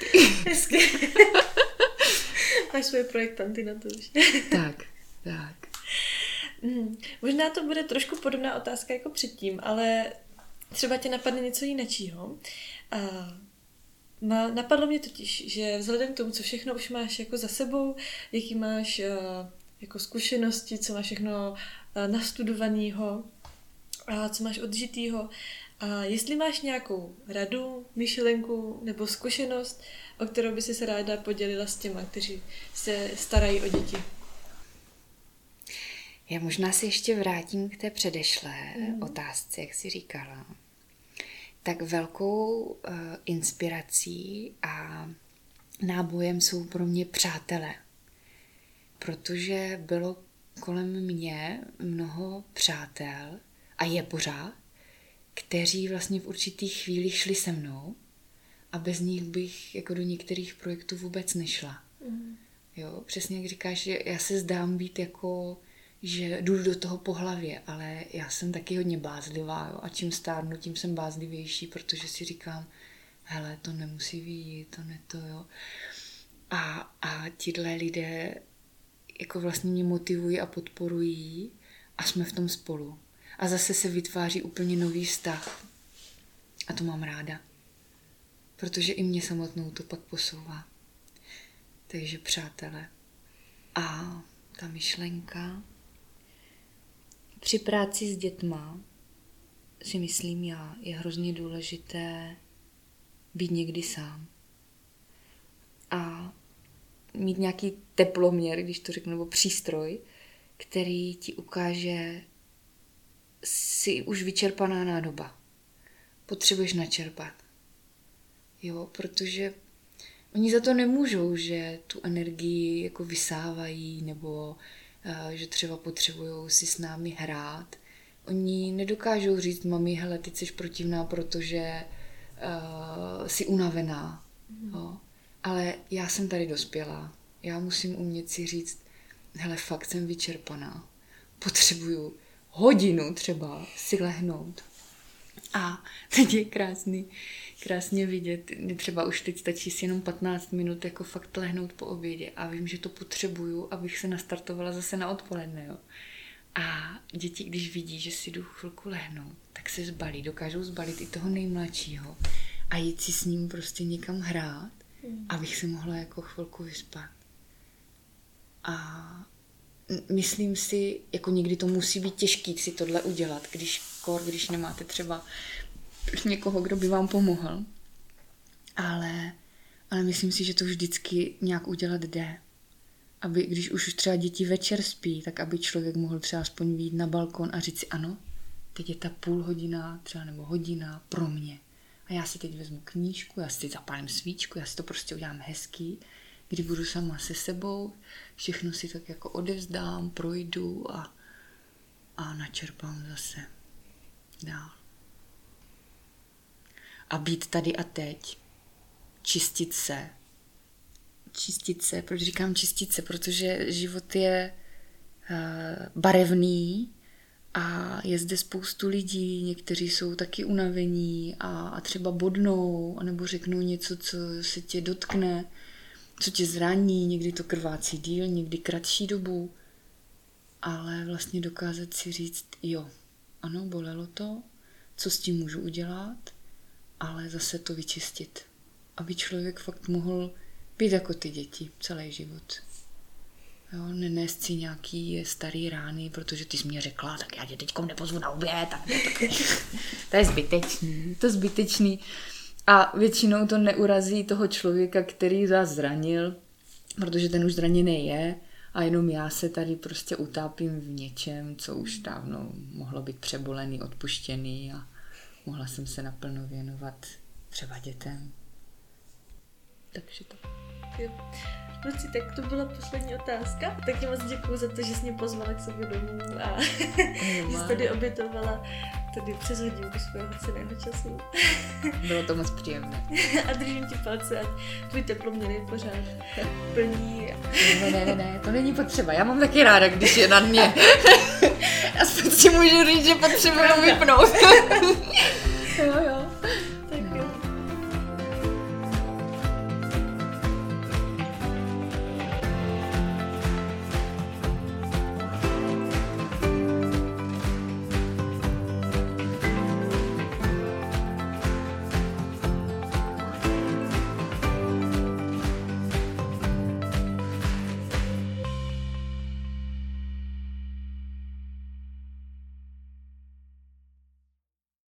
Máš svoje projektanty na to už. Tak, tak. Hmm, možná to bude trošku podobná otázka jako předtím, ale třeba tě napadne něco jiného. A napadlo mě totiž, že vzhledem k tomu, co všechno už máš jako za sebou, jaký máš jako zkušenosti, co máš všechno nastudovaného a co máš odžitýho, a jestli máš nějakou radu, myšlenku nebo zkušenost, o kterou by si se ráda podělila s těma, kteří se starají o děti. Já možná si ještě vrátím k té předešlé mm. otázce, jak jsi říkala. Tak velkou uh, inspirací a nábojem jsou pro mě přátelé. Protože bylo kolem mě mnoho přátel, a je pořád, kteří vlastně v určitých chvílích šli se mnou a bez nich bych jako do některých projektů vůbec nešla. Mm. Jo, přesně jak říkáš, že já se zdám být jako, že jdu do toho po hlavě, ale já jsem taky hodně bázlivá, jo, a čím stárnu, tím jsem bázlivější, protože si říkám, hele, to nemusí vyjít, to ne to, jo. A, a tihle lidé jako vlastně mě motivují a podporují a jsme v tom spolu. A zase se vytváří úplně nový vztah. A to mám ráda. Protože i mě samotnou to pak posouvá. Takže přátelé. A ta myšlenka. Při práci s dětma si myslím já, je hrozně důležité být někdy sám. A mít nějaký teploměr, když to řeknu, nebo přístroj, který ti ukáže, jsi už vyčerpaná nádoba. Potřebuješ načerpat. Jo, protože oni za to nemůžou, že tu energii jako vysávají, nebo uh, že třeba potřebují si s námi hrát. Oni nedokážou říct, mami, hele, ty jsi protivná, protože uh, jsi unavená. Mm. Jo. Ale já jsem tady dospělá. Já musím umět si říct, hele, fakt jsem vyčerpaná. Potřebuju hodinu třeba si lehnout. A teď je krásný, krásně vidět, třeba už teď stačí si jenom patnáct minut jako fakt lehnout po obědě a vím, že to potřebuju, abych se nastartovala zase na odpoledne. Jo. A děti, když vidí, že si jdu chvilku lehnout, tak se zbalí, dokážou zbalit i toho nejmladšího a jít si s ním prostě někam hrát, abych se mohla jako chvilku vyspat. A myslím si, jako někdy to musí být těžký si tohle udělat, když kor, když nemáte třeba někoho, kdo by vám pomohl. Ale, ale myslím si, že to vždycky nějak udělat jde. Aby, když už třeba děti večer spí, tak aby člověk mohl třeba aspoň vyjít na balkon a říct si, ano, teď je ta půl hodina třeba nebo hodina pro mě. A já si teď vezmu knížku, já si teď zapálím svíčku, já si to prostě udělám hezký, kdy budu sama se sebou, všechno si tak jako odevzdám, projdu a, a načerpám zase dál. A být tady a teď, čistit se, čistit se, proč říkám čistit se, protože život je uh, barevný a je zde spoustu lidí, někteří jsou taky unavení a, a třeba bodnou, anebo řeknou něco, co se tě dotkne, co tě zraní, někdy to krvácí díl, někdy kratší dobu, ale vlastně dokázat si říct, jo, ano, bolelo to, co s tím můžu udělat, ale zase to vyčistit, aby člověk fakt mohl být jako ty děti celý život. Jo, nenést si nějaký starý rány, protože ty jsi mě řekla, tak já tě teďkom nepozvu na oběd, tak to, to je zbytečný, to je zbytečný. A většinou to neurazí toho člověka, který vás zranil, protože ten už zraněný je a jenom já se tady prostě utápím v něčem, co už dávno mohlo být přebolený, odpuštěný a mohla jsem se naplno věnovat třeba dětem. Takže to. Jo. Luci, tak to byla poslední otázka. Tak ti moc děkuju za to, že jsi mě pozvala k sobě domů a že jsi tady obětovala tady přes hodinku svého cenného času. Bylo to moc příjemné. A držím ti palce, ať tvůj teploměr je pořád plný. Ne, ne, ne, ne, to není potřeba. Já mám taky ráda, když je na mě. Aspoň si můžu říct, že potřebuji vypnout. Jo, jo.